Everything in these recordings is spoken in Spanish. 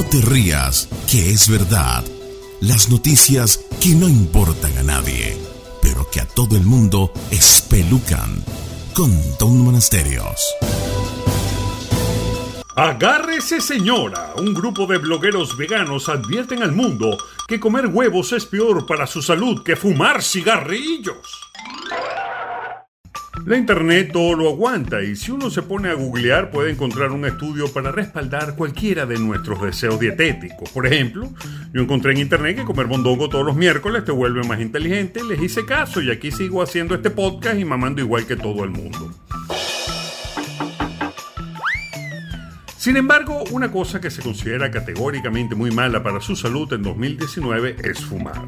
te rías, que es verdad. Las noticias que no importan a nadie, pero que a todo el mundo espelucan. Con Don Monasterios. Agárrese, señora. Un grupo de blogueros veganos advierten al mundo que comer huevos es peor para su salud que fumar cigarrillos. La internet todo lo aguanta y si uno se pone a googlear puede encontrar un estudio para respaldar cualquiera de nuestros deseos dietéticos. Por ejemplo, yo encontré en internet que comer mondongo todos los miércoles te vuelve más inteligente. Les hice caso y aquí sigo haciendo este podcast y mamando igual que todo el mundo. Sin embargo, una cosa que se considera categóricamente muy mala para su salud en 2019 es fumar.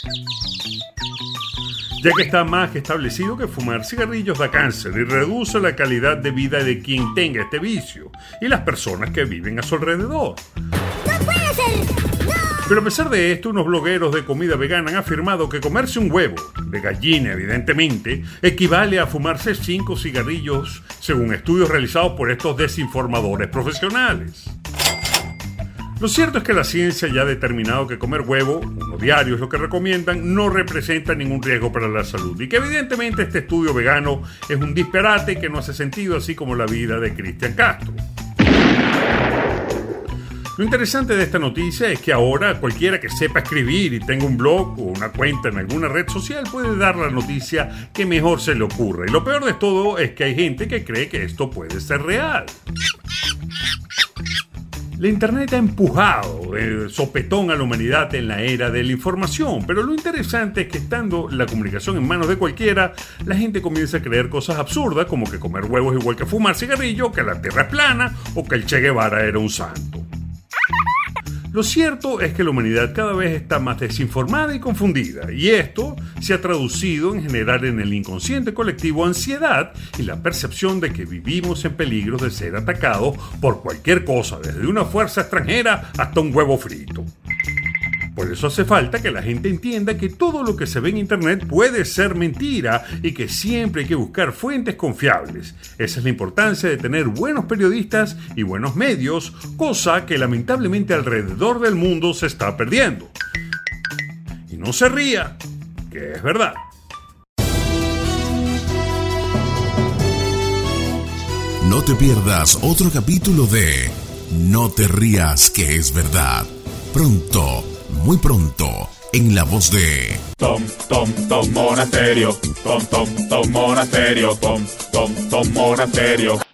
Ya que está más que establecido que fumar cigarrillos da cáncer y reduce la calidad de vida de quien tenga este vicio y las personas que viven a su alrededor. ¡No puede ser! ¡No! Pero a pesar de esto, unos blogueros de comida vegana han afirmado que comerse un huevo, de gallina evidentemente, equivale a fumarse 5 cigarrillos, según estudios realizados por estos desinformadores profesionales. Lo cierto es que la ciencia ya ha determinado que comer huevo, uno diario es lo que recomiendan, no representa ningún riesgo para la salud y que evidentemente este estudio vegano es un disparate que no hace sentido, así como la vida de Cristian Castro. Lo interesante de esta noticia es que ahora cualquiera que sepa escribir y tenga un blog o una cuenta en alguna red social puede dar la noticia que mejor se le ocurra. Y lo peor de todo es que hay gente que cree que esto puede ser real. La internet ha empujado el sopetón a la humanidad en la era de la información, pero lo interesante es que estando la comunicación en manos de cualquiera, la gente comienza a creer cosas absurdas como que comer huevos es igual que fumar cigarrillo, que la tierra es plana o que el Che Guevara era un santo. Lo cierto es que la humanidad cada vez está más desinformada y confundida, y esto se ha traducido en generar en el inconsciente colectivo ansiedad y la percepción de que vivimos en peligro de ser atacados por cualquier cosa, desde una fuerza extranjera hasta un huevo frito. Por eso hace falta que la gente entienda que todo lo que se ve en internet puede ser mentira y que siempre hay que buscar fuentes confiables. Esa es la importancia de tener buenos periodistas y buenos medios, cosa que lamentablemente alrededor del mundo se está perdiendo. Y no se ría, que es verdad. No te pierdas otro capítulo de No te rías, que es verdad. Pronto, muy pronto, en la voz de Tom Monasterio, Tom Monasterio, Tom Monasterio.